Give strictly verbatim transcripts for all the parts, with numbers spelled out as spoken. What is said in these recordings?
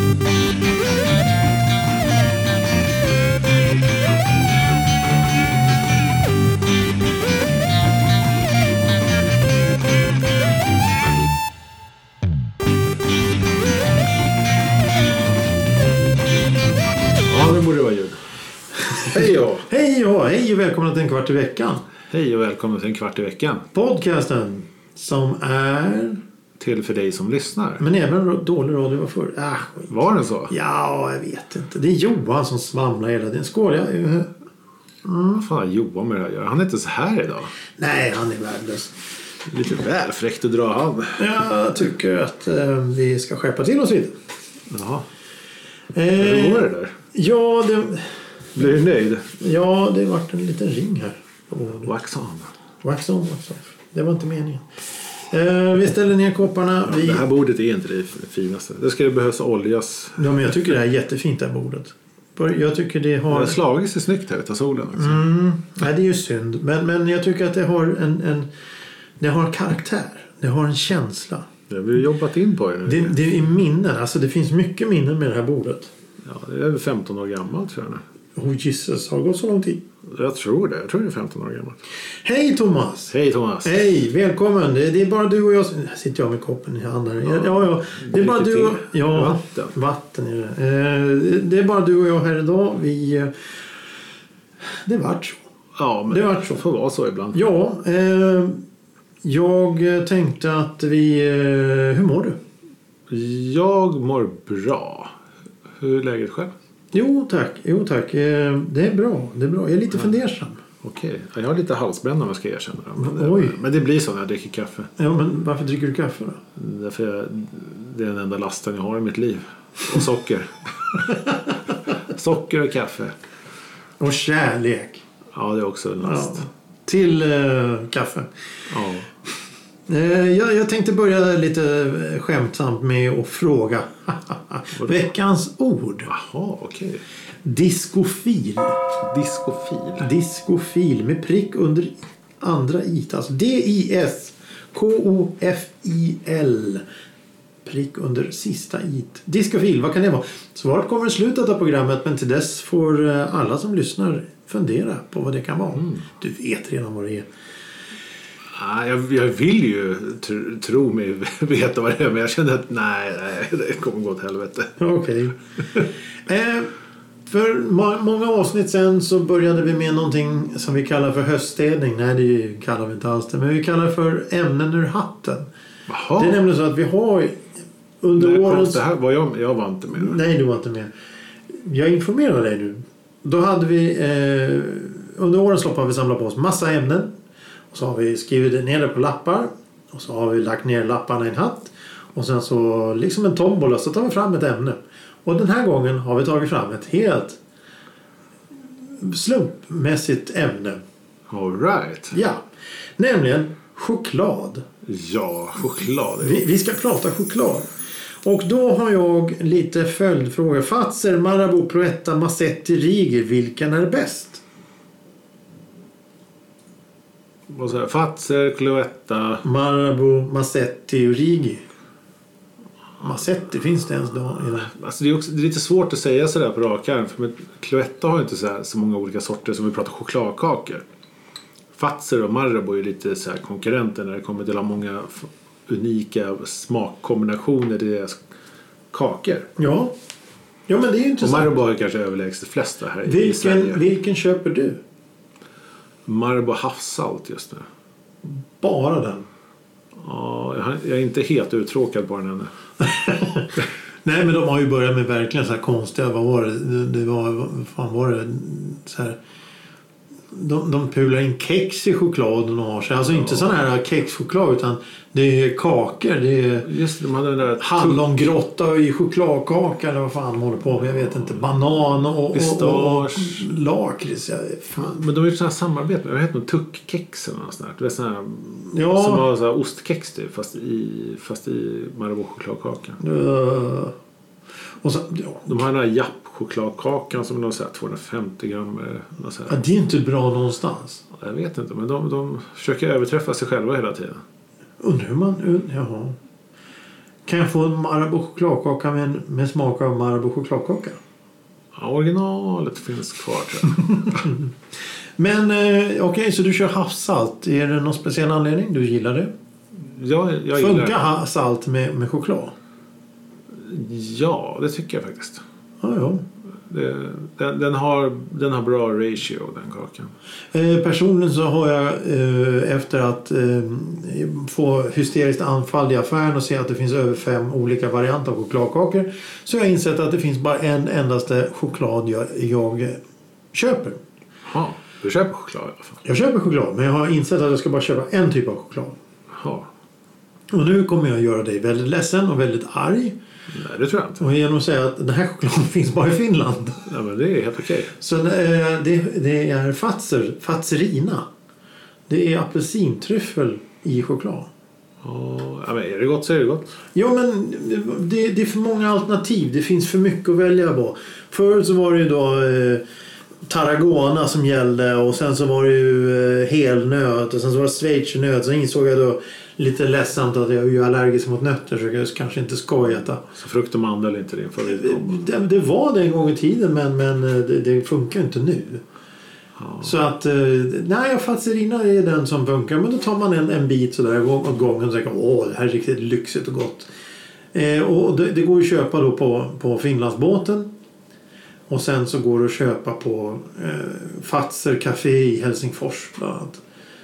Hej och hej och hej och välkomna till en kvart i veckan. Hej och välkomna till en kvart i veckan. Podcasten som är till för dig som lyssnar. Men även dålig radio var för. Ah, var det så? Ja, jag vet inte. Det är Johan som svamlar hela tiden. Skål, jag. Mm. Vad fan Johan med det här gör? Han är inte så här idag. Nej, han är värdelös. Lite väl fräckt att dra han. Jag tycker att eh, vi ska skärpa till oss lite. Jaha. Eh, Hur var det där? Ja, det... Blir du nöjd? Ja, det vart en liten ring här. Wax on. Wax on, wax off. Det var inte meningen. Eh, vi ställer ner kopparna. Ja, vi... Det här bordet är inte det finaste. Det ska ju behövas oljas. Ja, men jag tycker det här är jättefint, det här bordet. Jag tycker det har... Det har slagit sig snyggt här utav solen också. Mm, nej, det är ju synd. Men, men jag tycker att det har en, en... Det har karaktär. Det har en känsla. Det har vi jobbat in på det nu. Det, det är minnen. Alltså det finns mycket minnen med det här bordet. Ja, det är över femton år gammalt tror jag nu. Oh Jesus, har det gått så lång tid? Jag tror det. Jag tror det är femton år gammalt. Hej Thomas! Hej Thomas! Hej, välkommen! Det, det är bara du och jag. Här sitter jag med koppen i handen. Ja, ja, ja. Det är bara du och... Ja, vatten. Vatten är det. Eh, det är bara du och jag här idag. Vi... Eh, det vart så. Ja, men det vart så. får vara så ibland. Ja, eh, jag tänkte att vi... Eh, hur mår du? Jag mår bra. Hur är läget själv? Jo tack, jo tack. Eh, det är bra, det är bra. Jag är lite ja. fundersam. Okej, jag har lite halsbränna om jag ska erkänna. Men, Oj. men det blir så när jag dricker kaffe. Ja, men varför dricker du kaffe då? Därför jag, det är den enda lasten jag har i mitt liv. Och socker. Socker och kaffe. Och kärlek. Ja, det är också en last. Ja. Till eh, kaffe. Ja. Eh, jag, jag tänkte börja lite skämtsamt med att fråga. Veckans ord. Jaha, okej. Okay. Diskofil. Diskofil. Diskofil med prick under andra it. Alltså D I S K O F I L. Prick under sista it. Diskofil, vad kan det vara? Svaret kommer i slutet av programmet, men till dess får alla som lyssnar fundera på vad det kan vara. Mm. Du vet redan vad det är. Ah, jag, jag vill ju tro, tro mig veta vad det är, men jag känner att nej, nej det kommer gå åt helvete. Okej. Okay. eh, för må- många avsnitt sen så började vi med någonting som vi kallar för höststädning. Nej, det kallar vi inte alls det. Men vi kallar det för ämnen ur hatten. Aha. Det är nämligen så att vi har under nej, årens... Det här var jag, jag var inte med. Nej, du var inte med. Jag informerar dig nu. Då hade vi... Eh, under årens lopp har vi samlat på oss massa ämnen. Och så har vi skrivit ner det på lappar. Och så har vi lagt ner lapparna i en hatt. Och sen så liksom en tombola så tar vi fram ett ämne. Och den här gången har vi tagit fram ett helt slumpmässigt ämne. All right. Ja, nämligen choklad. Ja, choklad. Vi, vi ska prata choklad. Och då har jag lite följdfrågor. Fazer, Marabou, Cloetta, Massetti, Rigi. Vilken är bäst? Vad säger Fazer, Cloetta, Marabou, Massetti och Rigi. Massetti finns det ens då? Alltså det är också det är lite svårt att säga sådär på rak arm, för Cloetta har ju inte så, här, så många olika sorter som vi pratar chokladkakor. Fazer och Marabou är lite så här konkurrenter när det kommer till att ha många unika smakkombinationer i deras kakor. Ja. Ja, men det är ju intressant. Och Marabou har kanske överlägset de flesta här vilken, i Sverige. Vilken köper du? Marabou havssalt just nu. Bara den? Ja, jag är inte helt uttråkad på den ännu. Nej, men de har ju börjat med verkligen så här konstiga, vad var det? Det var, vad fan var det? Så här, de, de pular in kex i chokladen och har sig. Alltså ja. Inte sån här kexchoklad, utan det är kakor. Det är just de hade den där hallongrotta i chokladkaka eller vad fan de håller på med. Jag vet inte. Banan och, och, och, och lakrits. Men de är ju sådana här samarbete. Jag vet inte, tuckkex eller något sånt där. Det är sådana här, ja. Som har så här ostkex typ, fast i, fast i Marabou chokladkaka. Uh. Och så, ja. De har den här Japp-chokladkakan som är så här tvåhundrafemtio gram. Så här. Ja, det är inte bra någonstans. Jag vet inte, men de, de försöker överträffa sig själva hela tiden. Undrar hur man... Jaha. Kan jag få en Marabou chokladkaka med, med smak av Marabou chokladkaka? Ja, originalet finns kvar tror jag. Men eh, okej, okay, så du kör havssalt. Är det någon speciell anledning du gillar det? Ja, jag Funkar gillar havssalt med, med choklad? Ja, det tycker jag faktiskt. Ja, ja. Det, den, den, har, den har bra ratio, den kakan. Eh, personligen så har jag eh, efter att eh, få hysteriskt anfall i affären och se att det finns över fem olika varianter av chokladkakor, så har jag insett att det finns bara en endaste choklad jag, jag köper. Ja, du köper choklad i alla fall. Jag köper choklad, men jag har insett att jag ska bara köpa en typ av choklad. Ja. Och nu kommer jag göra dig väldigt ledsen och väldigt arg. Nej, det tror jag inte. Och genom att säga att den här chokladen finns bara i Finland. Ja, men det är helt okej. Så eh, det, det är Fazer, Fazerina. Det är apelsintryffel i choklad. Ja, men är det gott så är det gott. Ja, men det, det är för många alternativ. Det finns för mycket att välja på. Förut så var det ju då eh, Tarragona som gällde. Och sen så var det ju eh, helnöt. Och sen så var det schweizernöt. Så insåg jag då lite ledsamt att jag är ju allergisk mot nötter. Så jag kanske inte ska äta. Så frukt och mandel är inte din favoritkombo? Det, det var det en gång i tiden. Men, men det, det funkar inte nu. Ja. Så att, nej, Fazerina är den som funkar. Men då tar man en, en bit sådär åt gången och säger, åh, det här är riktigt lyxigt och gott. Eh, och det, det går att köpa då på, på Finlandsbåten. Och sen så går det att köpa på eh, Fazer Café i Helsingfors bland annat.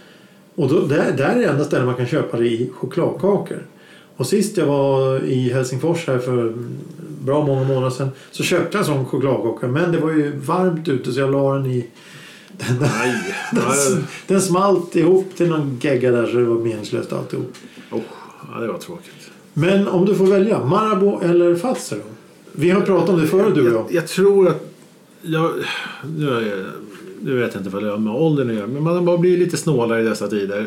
Och då, där, där är det enda stället man kan köpa det i chokladkakor. Och sist jag var i Helsingfors här för bra många månader sedan, så köpte jag en sån chokladkaka. Men det var ju varmt ute så jag la den i Den, Nej. den, den smalt ihop till någon gegga där så det var meningslöst alltihop. Oh, ja, det var tråkigt. Men om du får välja, Marabou eller Fazer då? Vi har pratat om det förut, du och jag. Jag, jag tror att jag, nu, är jag, nu vet jag inte vad det är med åldern att göra, men man bara blir lite snålare i dessa tider.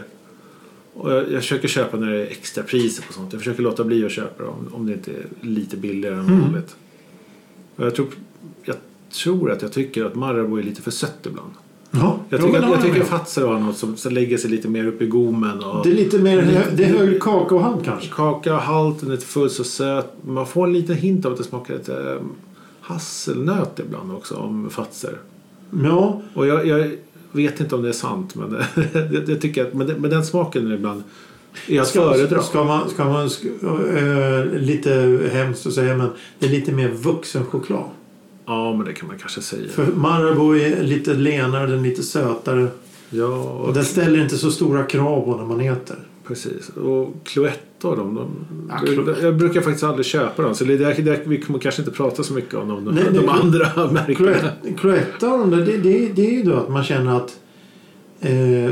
Och jag, jag försöker köpa när det är extra priser på sånt. Jag försöker låta bli att köpa om, om det inte är lite billigare än vanligt. Mm. Och jag tror, jag tror att jag tycker att Marabou är lite för sött ibland. Ja, jag tycker, att, jag tycker att Fazer har något som, som lägger sig lite mer upp i gommen. Och det är lite mer hö, det är högre kakaohalt kanske. Kakaohalten är inte fullt så söt. Man får en liten hint av att det smakar lite um, hasselnöt ibland också om Fazer. Ja. Och jag, jag vet inte om det är sant, men det, jag tycker att med den, med den smaken ibland är jag föredrar. Ska man, ska man ska, äh, lite hemskt att säga, men det är lite mer vuxen choklad. Ja, men det kan man kanske säga. För Marabou är lite lenare, den är lite sötare. Ja, och den ställer inte så stora krav på när man äter. Precis. Och Cloetta, de, de, ja, de, jag brukar faktiskt aldrig köpa dem. Så det där, där, vi kommer kanske inte prata så mycket om de, nej, de nej, andra märkena. Cloetta, det, det, det är ju då att man känner att eh,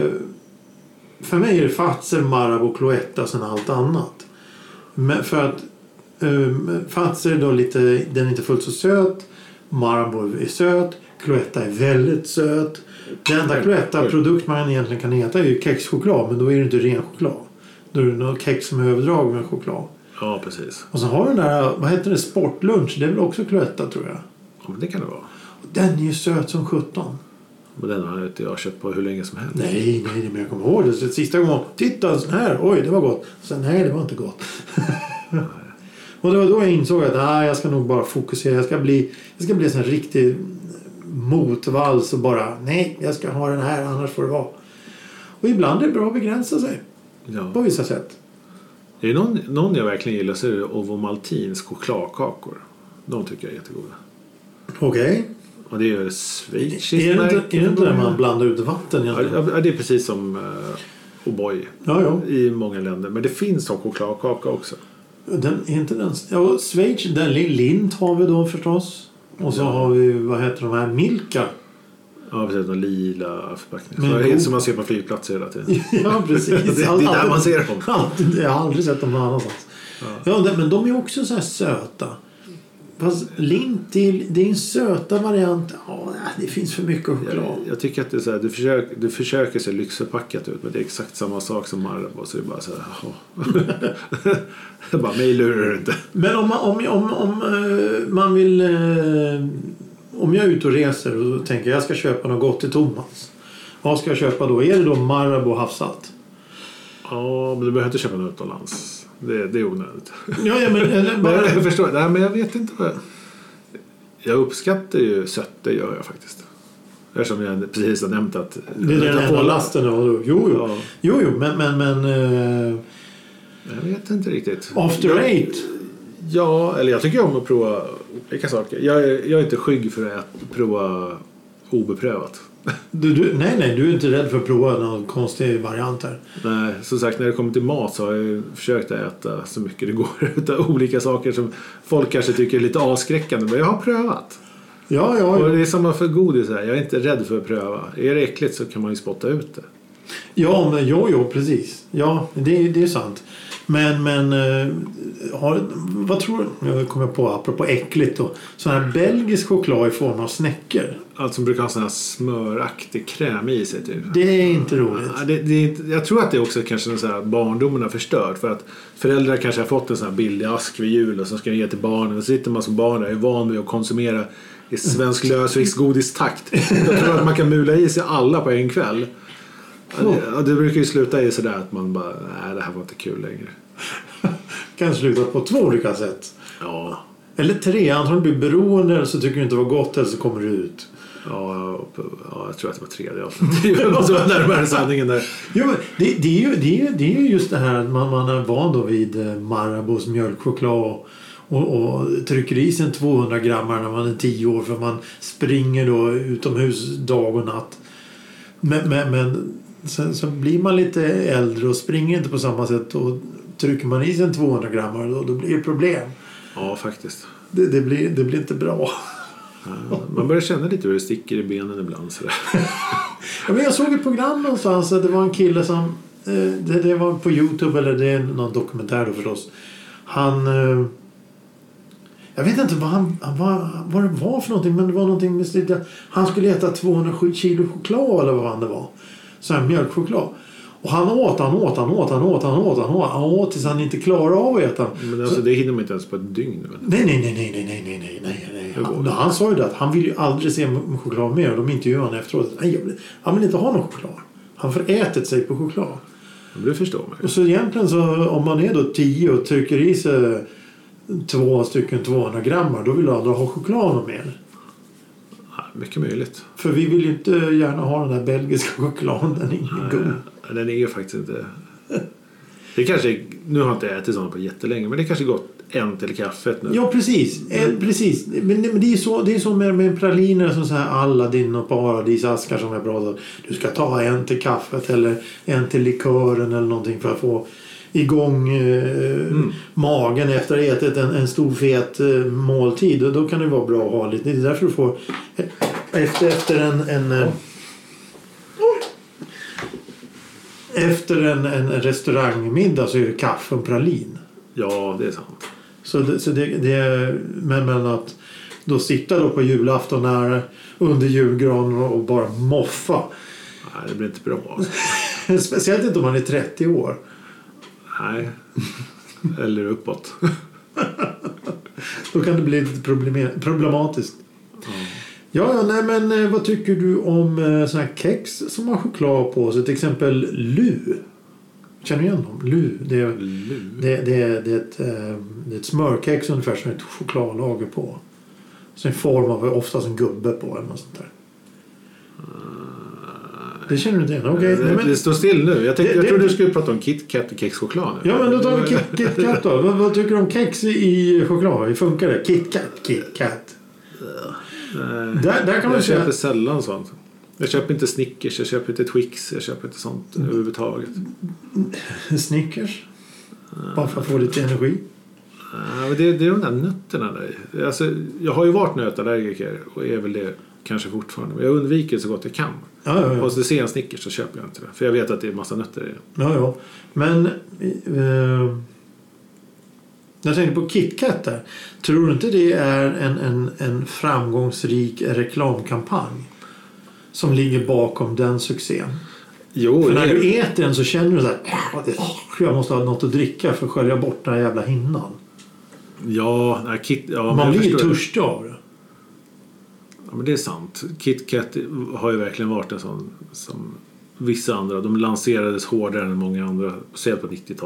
för mig är det Fazer, Marabou, Cloetta sen allt annat. Men för att eh, Fazer är då lite, den är inte fullt så söt. Marabou är söt. Cloetta är väldigt söt. Den enda Cloetta-produkt man egentligen kan äta är ju kexchoklad. Men då är det inte ren choklad. Då är det något kex som är överdrag med choklad. Ja, precis. Och så har den där, vad heter det, sportlunch. Det är väl också Cloetta, tror jag. Ja, men det kan det vara. Den är ju söt som sjutton. Men den har inte jag köpt på hur länge som helst. Nej, nej, men jag kommer ihåg det. Så sista gången, titta en sån här. Oj, det var gott. Sen, nej, det var inte gott. Och det var då jag insåg att nej, jag ska nog bara fokusera. Jag ska bli, jag ska bli en sån här riktig motvalls och bara, nej, jag ska ha den här, annars får det vara. Och ibland är det bra att begränsa sig. Ja. På vissa sätt. Det är någon, någon jag verkligen gillar, så är det Ovomaltins chokladkakor. De tycker jag är jättegoda. Okej. Okay. Och det är schweiziskt Är det inte, är det inte där man blandar ut vatten? Ja, ja, det är precis som uh, O'boy ja, ja. i många länder. Men det finns då chokladkaka också. Den, är inte den, ja, Schweiz, den Lindt har vi då förstås. Och så ja. har vi, vad heter de här, Milka. Ja, precis, de lila förpackningar. Det är som man ser på flygplatser hela tiden. Ja, precis. det, det är där man ser dem. Alltid, jag har aldrig sett dem någon annanstans. Ja. Ja, men de är också så här söta. Fast Lindt, det är, det är en söta variant. Ja, det finns för mycket choklad. Jag, jag tycker att det är så här, du försöker, du försöker se lyxförpackat ut, men det är exakt samma sak som Marabou, så det är bara så här, ja. bara, mig lurar du inte. Men om man, om, om, om uh, man vill uh, om jag är ute och reser och tänker jag ska köpa något gott till Thomas. Vad ska jag köpa då? Är det då Marabou havssalt? Ja, men du behöver inte köpa något utomlands. Det, det är onödigt. Ja, ja, men, eller, bara... men jag förstår. Nej, men jag vet inte vad jag... Jag uppskattar ju sött, det gör jag faktiskt. Eftersom jag precis har nämnt att... Det är den enda lasten. Jo, jo. Ja. jo, jo men... men, men uh... Jag vet inte riktigt. After jag, eight? Ja, eller jag tycker om att prova olika saker. Jag är, jag är inte skygg för att prova obeprövat. Du, du, nej, nej, du är inte rädd för att prova någon konstig variant här. Nej, som sagt, när det kommer till mat så har jag försökt att äta så mycket det går utav olika saker som folk kanske tycker är lite avskräckande. Men jag har prövat. Ja, ja. Och det är samma för godis här. Jag är inte rädd för att pröva. Är det äckligt så kan man ju spotta ut det. Ja, men jo, jo, precis. Ja, det, det är sant. Men, men har, vad tror du? Jag kommer på, apropå äckligt då. Sån här belgisk choklad i form av snäckor. Allt som brukar ha sån här smöraktig kräm i sig typ. Det är inte roligt. Ja, det, det är inte, jag tror att det också kanske är så här barndomen har förstört. För att föräldrar kanske har fått en sån här billig ask vid jul och så ska de ge till barnen. Och så sitter man som barn och är van vid att konsumera i svensk lösviktsgodistakt. Jag tror att man kan mula i sig alla på en kväll. Ja, det brukar ju sluta i sådär att man bara, nej, det här var inte kul längre. Kan sluta på två olika sätt. Ja. Eller tre, antingen blir beroende eller så tycker du inte det var gott eller så kommer du ut. Ja, ja jag tror att det var tre. Det måste vara närmare sanningen där. Jo, men det, det, är ju, det, är, det är ju just det här att man, man är van då vid Marabous mjölkchoklad och, och trycker i sig en tvåhundra grammar när man är tio år för man springer då utomhus dag och natt. Men, men, men sen så blir man lite äldre och springer inte på samma sätt och trycker man i sig en tvåhundra grammar då, då blir det problem. Ja, faktiskt. Det, det, blir, det blir inte bra. Ja, man börjar känna lite hur det sticker i benen ibland. Sådär. Ja, men jag såg ett program någonstans att det var en kille som eh, det, det var på YouTube eller det är någon dokumentär då förstås. Han eh, jag vet inte vad, han, vad, vad det var för någonting men det var någonting med stil, han skulle äta tvåhundrasju kilo choklad eller vad det var. Så här mjölkchoklad. Och han åt, han åt, han åt, han åt, han åt, han åt, han åt tills han inte klarade av att äta. Men alltså, så, det hinner man inte ens på ett dygn. Nej, nej, nej, nej, nej, nej, nej, nej, nej. Han, han sa ju det att han vill ju aldrig se choklad mer och de intervjuade honom efteråt. Nej, han vill inte ha någon choklad. Han förätit sig på choklad. Det förstår man ju. Och så egentligen så om man är då tio och trycker i sig två stycken tvåhundra grammar då vill du aldrig ha choklad mer. Ja, mycket möjligt. För vi vill ju inte gärna ha den där belgiska chokladen. Den är inte god. Den är ju faktiskt inte... Det kanske, nu har jag inte ätit sådana på jättelänge, men det kanske gått en till kaffet nu. Ja, precis. Mm. precis. Men, men det är så, det är så med, med praliner som så här Aladdin och paradisaskar som jag pratade. Du ska ta en till kaffet eller en till likören eller någonting för att få igång eh, mm. magen efter att ha ätit en, en stor fet eh, måltid. Och då kan det vara bra att ha lite. Det är därför du får efter, efter en... en mm. Efter en, en restaurangmiddag så är det kaffe och pralin. Ja, det är sant. Så det, så det, det är, men, men att då sitta då på julafton när, under julgranen och bara moffa. Nej, det blir inte bra. Speciellt inte om man är trettio år. Nej, eller uppåt. Då kan det bli lite problem, problematiskt. Mm. Ja, ja, nej, men vad tycker du om eh, såna här kex som har choklad på sig? Till exempel Lu. Känner du igen dem? Lu. Det är, Lu. Det, det, det, är ett, eh, det är ett smörkex ungefär som ett chokladlager på. Så en form av oftast en gubbe på eller något sånt där. Det känner du inte igen? Okay, det, nej, men, det står still nu. Jag, tänkte, det, jag det, trodde du skulle prata om KitKat och kexchoklad nu. Ja, men då tar vi Kit, KitKat då. vad, vad tycker du om kex i choklad? Hur funkar det? KitKat, KitKat. Nej, där, där kan man jag säga... köper sällan sånt. Jag köper inte Snickers, jag köper inte Twix, jag köper inte sånt mm. överhuvudtaget. Snickers? Bara för att få lite energi? Ja, men det, det är de där nötterna där. Alltså, jag har ju varit nötallergiker och är väl det kanske fortfarande. Men jag undviker så gott jag kan. Ja, ja, ja. Och så ser jag en Snickers så köper jag inte det. För jag vet att det är massa nötter i det. Ja, ja. Men... Eh, jag tänkte på KitKat där. Tror du inte det är en, en, en framgångsrik reklamkampanj som ligger bakom den succén? Jo, för när det... du äter den så känner du så här, jag måste ha något att dricka för att skölja bort den här jävla hinnan. Ja, nej, Kit... ja, man blir törstig av det. Ja, men det är sant. KitKat har ju verkligen varit en sån som vissa andra. De lanserades hårdare än många andra. Säg på nittiotalet.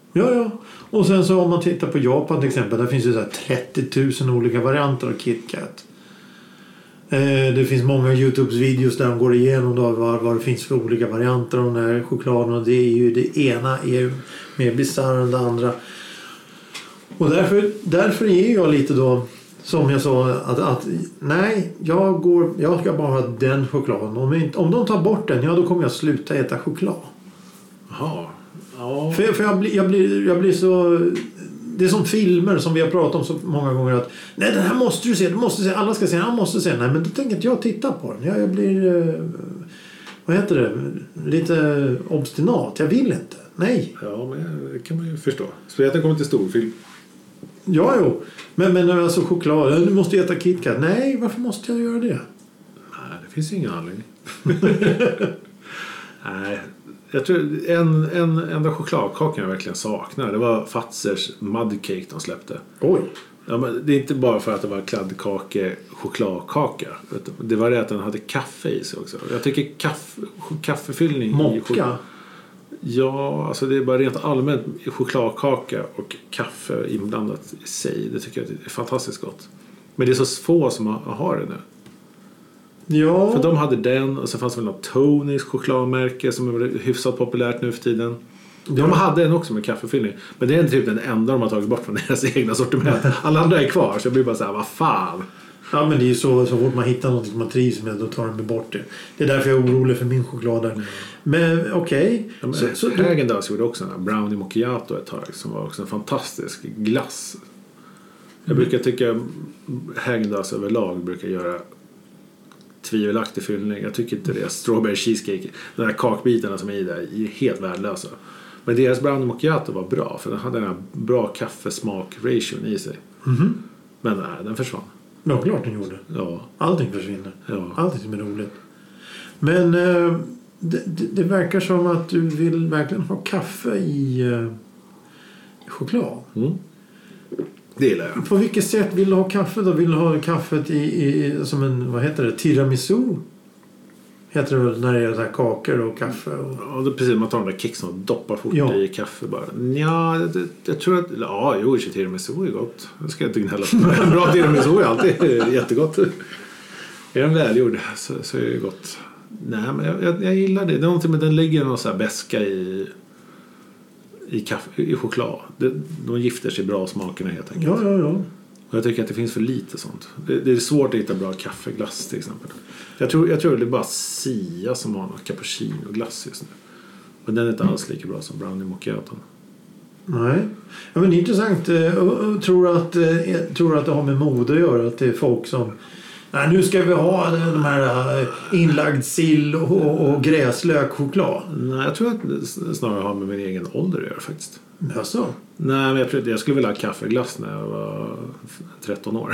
Ja, ja. Och sen så om man tittar på Japan till exempel. Där finns det så här trettio tusen olika varianter av KitKat. Eh, det finns många YouTube-videos där de går igenom då vad, vad det finns för olika varianter av den här chokladen. Och det är ju det ena är ju mer bisarr än det andra. Och därför, därför är jag lite då, som jag sa, att, att nej, jag, går, jag ska bara ha den chokladen. Om, inte, om de tar bort den, ja då kommer jag sluta äta choklad. Jaha. Ja. För, för jag, blir, jag, blir, jag blir så... Det är som filmer som vi har pratat om så många gånger att nej, den här måste du se, du måste se, alla ska se, alla måste se. Nej, men då tänker inte jag titta på den. Jag, jag blir... Vad heter det? Lite obstinat. Jag vill inte. Nej. Ja, men det kan man ju förstå. Speciellt att det kommer till storfilm. Ja, jo. Men, men alltså choklad. Du måste äta KitKat. Nej, varför måste jag göra det? Nej, det finns ingen anledning. Nej, jag tror en, en enda chokladkaka jag verkligen saknar. Det var Fazers Mudcake de släppte. Oj. Ja, men det är inte bara för att det var kladdkake, chokladkaka. Det var det att den hade kaffe i sig också. Jag tycker kaffe, kaffefyllning Mocka. Ja, alltså det är bara rent allmänt chokladkaka och kaffe inblandat i sig. Det tycker jag är fantastiskt gott. Men det är så få som har det nu. Ja. För de hade den och så fanns det väl något Tonys chokladmärke som är hyfsat populärt nu för tiden. De Ja. hade en också med kaffefyllning. Men det är typ den enda de har tagit bort från deras egna sortiment. Alla andra är kvar så jag blir bara så här, vad fan. Ja, men det är ju så, så fort man hittar något som man trivs med, då tar de bort det. Det är därför jag är orolig för min choklad där. Mm. Men okej. Okay. Ja, Häagen-Dazs gjorde också en brownie macchiato ett tag som var också en fantastisk glass. Jag mm. brukar tycka Häagen-Dazs överlag brukar göra tvivelaktig fyllning. Jag tycker inte det. Strawberry cheesecake, de där kakbitarna som är i där är helt värdelösa. Men deras brownie macchiato var bra för den hade en bra kaffesmak-ration i sig. Mm. Men nej, den försvann. Ja, klart den gjorde. Ja. Allting försvinner. Ja. Allting som är roligt. Men eh, det, det, det verkar som att du vill verkligen ha kaffe i eh, choklad. Mm. Det gillar jag. På vilket sätt vill du ha kaffe då? Vill du ha kaffet i, i som en, vad heter det, tiramisu? Heter det väl när det är så här kakor och kaffe? Och... Ja, det är precis. Man tar de där kexen och doppar fort ja. i kaffe bara. Ja, det, jag tror att... Ja, jo, tiramisu är gott. Det ska jag inte gnälla på. En bra tiramisu är alltid jättegott. Är den välgjord så, så är det gott. Nej, men jag, jag, jag gillar det. Det är någonting med den lägger någon så här beska i... I, kaffe, i choklad. Det, de gifter sig bra smakerna helt enkelt. Ja, ja, ja. Och jag tycker att det finns för lite sånt. Det, det är svårt att hitta bra kaffeglass till exempel. Jag tror, jag tror det är bara Sia som har något cappuccino-glass just nu. Men den är inte alls lika bra som brownie macchiato. Nej. Ja, men det är intressant. Tror att, tror att det har med mode att göra? Att det är folk som... Nej, nu ska vi ha de här inlagd sill och, och gräslök choklad. Nej, jag tror att det snarare har med min egen ålder att göra faktiskt. Jaså? Nej, men jag, jag skulle vilja ha kaffeglass när jag var tretton år.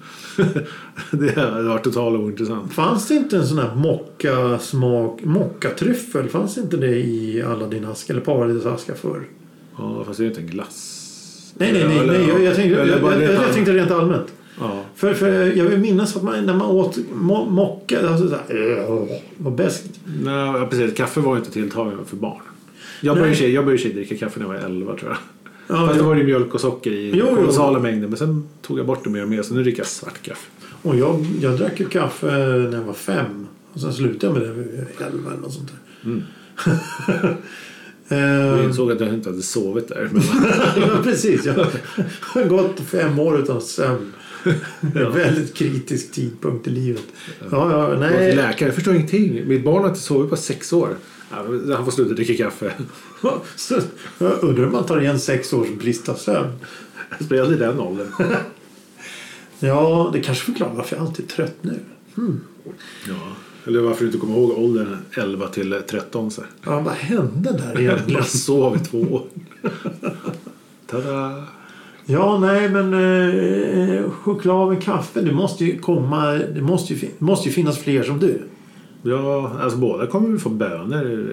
Det var totalt ointressant. Fanns det inte en sån här mocka smak, mockatryffel? Fanns inte det i alla dina askar eller paradisaskar förr? Ja, fast det är ju inte en glass. Nej, nej, nej. nej jag, jag, tänkte, jag, jag, jag, jag tänkte rent allmänt. Ja. För, för jag vill minnas att man, när man åt mo, mocka, alltså så här, var bäst. Nej, precis. Kaffe var ju inte tilltagen för barn. Jag började, sig, jag började sig dricka kaffe när jag var elva tror jag. Ja, Fast ja. det var ju mjölk och socker i kolossala mängder. Men sen tog jag bort det mer och mer. Så nu dricker jag svart kaffe. Och jag, jag drack ju kaffe när jag var fem. Och sen slutade jag med det vid elva eller något sånt där. Mm. Jag insåg att jag inte hade sovit där. Men... ja, precis. Jag har gått fem år utan sömn. Ja. Väldigt kritisk tidpunkt i livet. Ja, ja, nej. Jag läkare, jag förstår ingenting. Mitt barn har inte sovit på sex år. Han får sluta dricka kaffe. Så, jag undrar om man tar igen sex års brist av sömn. Spelade i den åldern. Ja, det kanske förklarar varför jag alltid är trött nu. Hmm. Ja, eller varför du inte kommer ihåg åldern elva till tretton. Så. Ja, vad hände där egentligen? Jag sov i två år. Tada! Ja, nej, men eh, choklad med kaffe, det måste ju komma, det måste ju, det måste ju finnas fler som du. Ja, alltså båda kommer vi få bönor.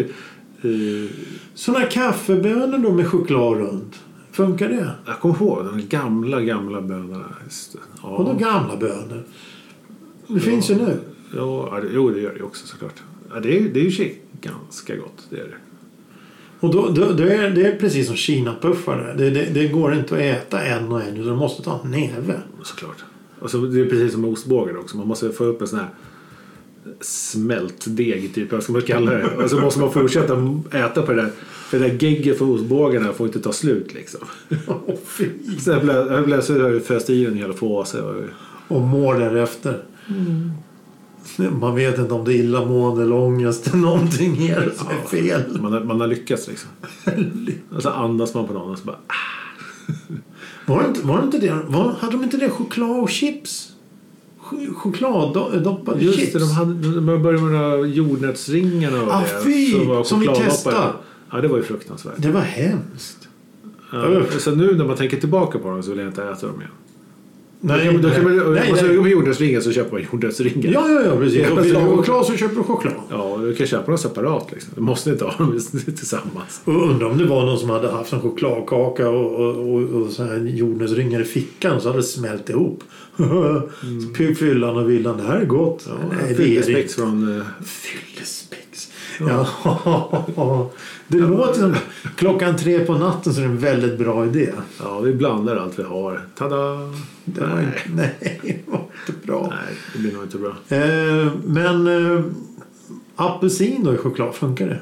Sådana kaffebönor då med choklad runt, funkar det? Jag kommer ihåg de gamla, gamla bönorna. Ja. Och de gamla bönor? Det ja. finns ju nu. Ja, jo, det gör det också såklart. Ja, det är, det är ju ganska gott, det är det. Och då, då, då är det är precis som Kina-puffar. Det, det, det går inte att äta en och en utan du måste ta en näve. Såklart. Och så, det är precis som med ostbågar också. Man måste få upp en sån här smält deg typ, vad ska man kalla det. Och så måste man fortsätta äta på det där. För det där gegget för ostbågarna får inte ta slut liksom. Oh, så jag blev, jag blev så jag föst i den hela fåse. Och, och mår därefter. Mm. Man vet inte om det är illamående eller ångest eller någonting här som är fel. Ja, man, har, man har lyckats liksom. Och så andas man på någon och så bara ah. Var det inte, var det, inte det? Var, hade de inte det choklad och chips? Ch- chokladdoppade Just chips? det, de, hade, de började med några jordnötsringarna och ah, det. Fy, som, var som vi testade. Ja, det var ju fruktansvärt. Det var hemskt. Ja, så nu när man tänker tillbaka på dem så vill jag inte äta dem igen. Nej, då kan, då kan man, om man suger på jordnötsringar så köper man jordnötsringar. Ja, ja, ja, precis. Och vill du ha choklad så köper du choklad. Ja, du kan köpa dem separat liksom. Du måste inte ha dem tillsammans. Och undrar om det var någon som hade haft en chokladkaka och, och, och, och så här jordnötsringar i fickan så hade det smält ihop. mm. Fyllan och villan, det här är gott. Ja, nej, fyllespex från... Uh... Fyllespex. Ja. ja. Det låter som klockan tre på natten så är det en väldigt bra idé. Ja, vi blandar allt vi har. Tada! Det var inte, nej, det var inte bra. Nej, det blir nog inte bra. Eh, men eh, apelsin då i choklad, funkar det?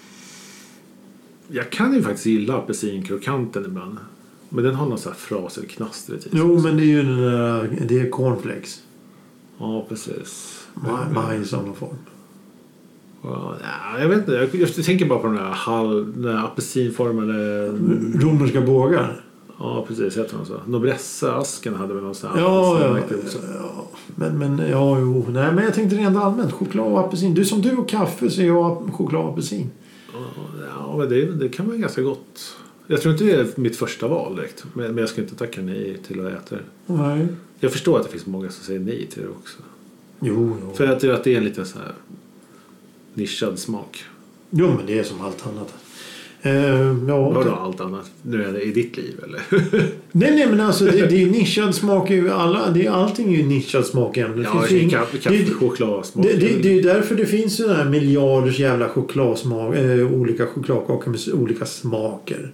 Jag kan ju faktiskt gilla apelsinkrokanten ibland. Men den har någon sån här fras eller knaster i. Jo, men det är ju den där, det är cornflakes. Ja, precis. Ma- majs av någon form. Ja, jag vet inte, jag, jag tänker bara på den där, halv, den där apelsinformade... Romerska bågar. Ja, precis, heter de så. Nobressa-asken hade väl någon sån här. Ja, ja, ja. Men, men, ja, jo. Nej, men jag tänkte rent allmänt. Choklad och apelsin. Du som du och kaffe så är jag choklad och apelsin. Ja, men det, det kan vara ganska gott. Jag tror inte det är mitt första val direkt. Men, men jag ska inte tacka nej till att äta det. Nej. Jag förstår att det finns många som säger nej till det också. Jo, jo. För jag tror att det är en liten så här nischad smak. Jo, men det är som allt annat. Uh, ja, vadå allt annat? Nu är det i ditt liv, eller? nej, nej, men alltså det, det är nischad smak i alla, det är, allting är ju nischad smak ämne. Ja, det finns kaffe, kaffe, chokladsmak. Det, det, det är därför det finns ju här miljarders jävla chokladsmak, äh, olika chokladkakor med olika smaker.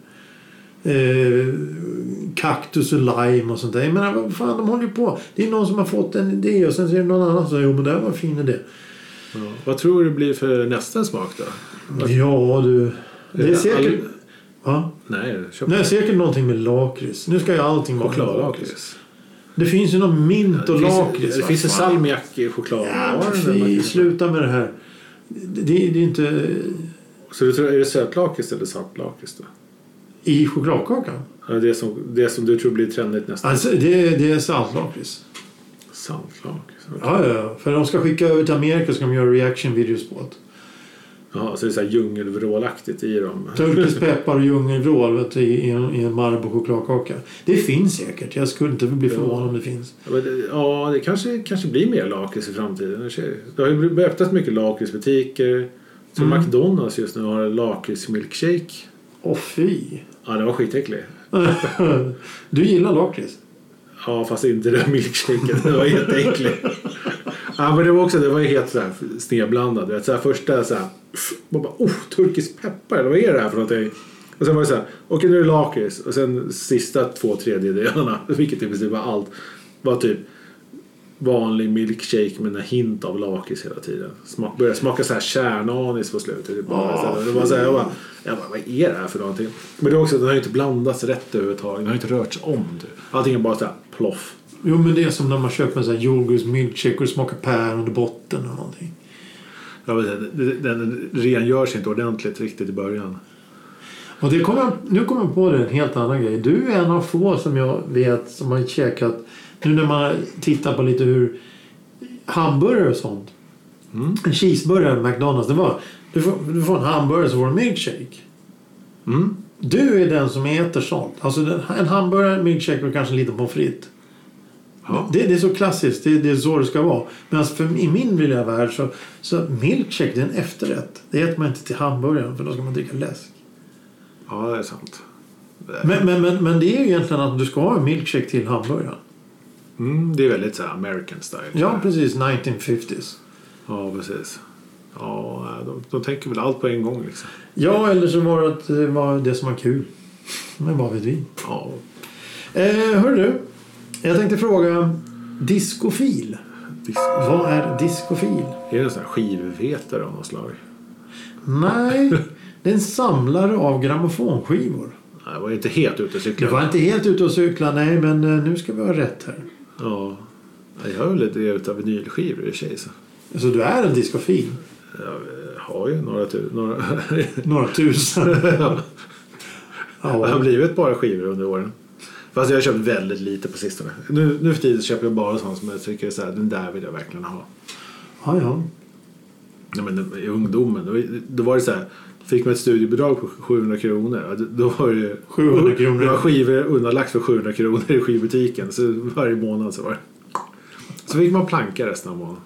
Eh, kaktus och lime och sånt där. Men vad fan, de håller ju på. Det är någon som har fått en idé och sen ser det någon annan som säger, jo men det här var en fin idé. Ja. Vad tror du det blir för nästa smak då? Ja, du... Det är säkert... All... Ja. Nej, köp... Nej, säkert någonting med lakrits. Nu ska ju allting vara choklad-lakrits. Det finns ju någon mint och ja, lakrits. Det finns ju salmiak i choklad. Ja, fy, sluta med det här. Det, det, det är inte... Så du tror, är det sötlakrits eller saltlakrits då? I chokladkakan? Ja, det, som, det som du tror blir trendigt nästa. Alltså, det, det är saltlakrits. Saltlakrits? Okay. Ja, ja. För de ska skicka över till Amerika ska de göra reaction videos på det. Ja, så det är så här djungelvrålaktigt i dem. Turkisk peppar och djungelvrål vet du, i, en, i en Marabou chokladkaka. Det finns säkert. Jag skulle inte bli förvånad ja. om det finns. Ja, det kanske, kanske blir mer lakrits i framtiden. Det har ju öppnat mycket lakritsbutiker. Så mm. McDonalds just nu har lakrits milkshake. Åh fy. Ja, det var skitäckligt. Du gillar lakrits? Ja, fast inte den milkshaken. Det var jätteäckligt. Ja, men det var också, det var helt så här snedblandat. Du vet, så här första så här, man bara, oh, turkisk peppar, eller vad är det här för någonting? Och sen var det så här, okej nu är det lakrits. Och sen sista två tredjedelarna, vilket i princip var allt, var typ vanlig milkshake med en hint av lakrits hela tiden. Smak, började smaka så här kärnanis på slutet. Det, bara, oh, så här, det var så här, jag bara, jag bara, vad är det här för någonting? Men det är också, den har ju inte blandats rätt överhuvudtaget. Den har ju inte rörts om. Typ. Allting är bara så här ploff. Jo, men det är som när man köper en sån här jordgubbs milkshake och det smakar päron under botten eller någonting. Ja, den, den rengör sig inte ordentligt riktigt i början. Och det kommer, nu kommer jag på det en helt annan grej. Du är en av få som jag vet som har käkat nu när man tittar på lite hur hamburgare och sånt. Mm. En cheeseburgare McDonalds, det var du får, du får en hamburgare så får en milkshake. Mm. Du är den som äter sånt. Alltså en hamburgare, milkshake och kanske lite pommes frites. Ja. Det, det är så klassiskt, det, det är så det ska vara. Men alltså för, i min lilla värld så, så milkshake det är en efterrätt. Det äter man inte till hamburgaren för då ska man dricka läsk. Ja, det är sant. Det är... Men, men, men, men det är ju egentligen att du ska ha en milkshake till hamburgaren. Mm, det är väldigt så här American style. Ja, precis. nittonhundrafemtio. Ja, precis. Ja, de, de tänker väl allt på en gång liksom. Ja, eller så var det att det var det som var kul. Men vad vet vi? Ja. Eh, hör du, jag tänkte fråga diskofil. Dis- Vad är diskofil? Är det en sån här skivvetare av något slag? Nej, det är en samlare av grammofonskivor. Nej, jag var inte helt ute och Du cyklade. var inte helt ute och cykla, nej, men eh, nu ska vi ha rätt här. Ja. Jag har väl lite utav vinylskivor i sig så. Så du är en diskofil? Jag har ju några tu- några Några tusen. ja. Det har Ja, blivit bara skivor under åren. Fast jag har köpt väldigt lite på sistone. Nu, nu för tiden köper jag bara sånt som jag tycker är så här, den där vill jag verkligen ha. ja. ja. Ja, men i ungdomen, då, då var det så här, fick man ett studiebidrag på sjuhundra kronor. Ja, då var det sjuhundra kronor. Det var skivor undanlagt för sjuhundra kronor i skivbutiken. Så varje månad så var det. Så fick man planka resten av månaden.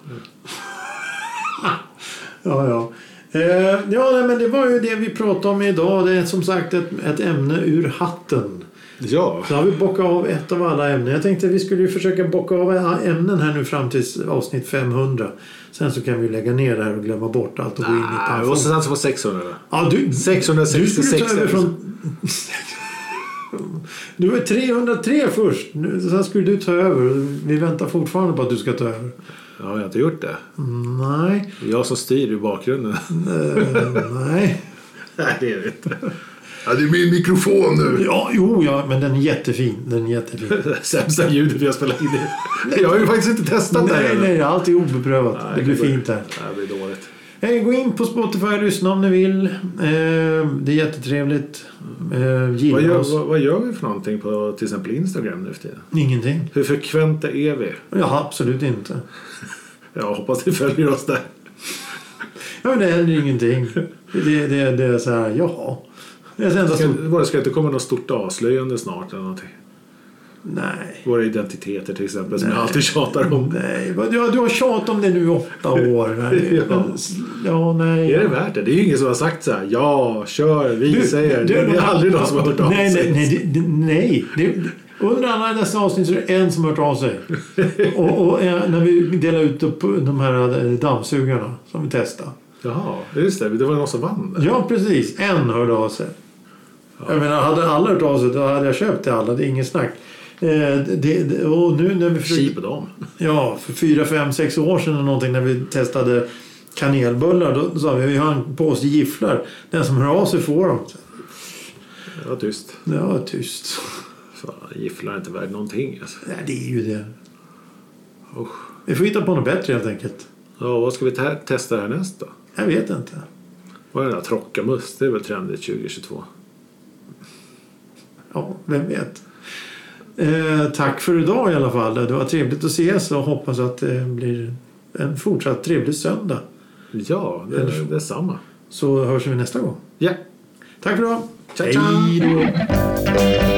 Ja, ja. Eh, ja, nej, men det var ju det vi pratade om idag. Det är som sagt ett, ett ämne ur hatten. Ja. Så har vi bockat av ett av alla ämnen. Jag tänkte att vi skulle ju försöka bocka av ämnen här nu fram till avsnitt femhundra. Sen så kan vi lägga ner det här och glömma bort allt och gå in i Nej, vi pension. måste satsa på sexhundra då. Ja, du, sexhundrasextiosex. du skulle ta över från... Du var trehundratre först. Nu, sen skulle du ta över. Vi väntar fortfarande på att du ska ta över. Ja, jag har inte gjort det. Nej. Jag som styr i bakgrunden. Eh, nej. Nej, det är det inte. Ja, det är min mikrofon nu. Ja, jo, ja, men den är jättefin. Den är jättefin. Sämsta ljudet vi har spelat in. Jag har ju faktiskt inte testat det Nej, här. nej, allt är obeprövat. Nej, det blir går- fint här. Det blir dåligt. Hey, gå in på Spotify och lyssna om ni vill. Eh, det är jättetrevligt. Eh, gilla Vad gör, oss. vad, vad gör vi för någonting på till exempel Instagram nu för tiden? Ingenting. Hur frekventa är vi? Ja, absolut inte. Jag hoppas ni följer oss där. Ja, men det händer ingenting. Det, det, det är så här, jaha. Det är det enda Ska, som... bara, ska det inte komma något stort avslöjande snart eller någonting? Nej. Våra identiteter till exempel som Nej. jag alltid tjatar om. Nej, vad- du, har- du har tjatat om det nu i åtta år. Nej. Ja. Ja, nej. Är det värt det? Det är ju ingen som har sagt så här. Ja, kör, vi Du- säger. du- Det är aldrig någon som har hört av nej, sig. Nej, nej, det, det, nej. Det, under alla dessa avsnitt så är det en som har hört av sig. och, och eh, när vi delar ut upp de här eh, dammsugarna som vi testade. Jaha, just det. Det var någon som vann det. Ja, precis. En hörde av sig. Jag menar, hade alla hört av sig då hade jag köpt det alla. Det är inget snack. Eh, det, det, och nu när vi försökte... Tji på dem. Ja, för fyra, fem, sex år sedan eller någonting när vi testade kanelbullar då sa vi vi har en påse gifflar. Den som hör av sig får dem. Det var tyst. Ja, tyst. Så, gifflar är inte värd någonting. Alltså. Ja, det är ju det. Usch. Vi får hitta på något bättre helt enkelt. Ja, vad ska vi te- testa härnäst då? Jag vet inte. Vad är det där? Trockamust? Det är väl trendigt tjugohundratjugotvå? Ja, vem vet. Eh, tack för idag i alla fall. Det var trevligt att ses och hoppas att det blir en fortsatt trevlig söndag. Ja, det, det är samma. Så hörs vi nästa gång. Ja. Tack för idag. Ciao, ciao. Hej då.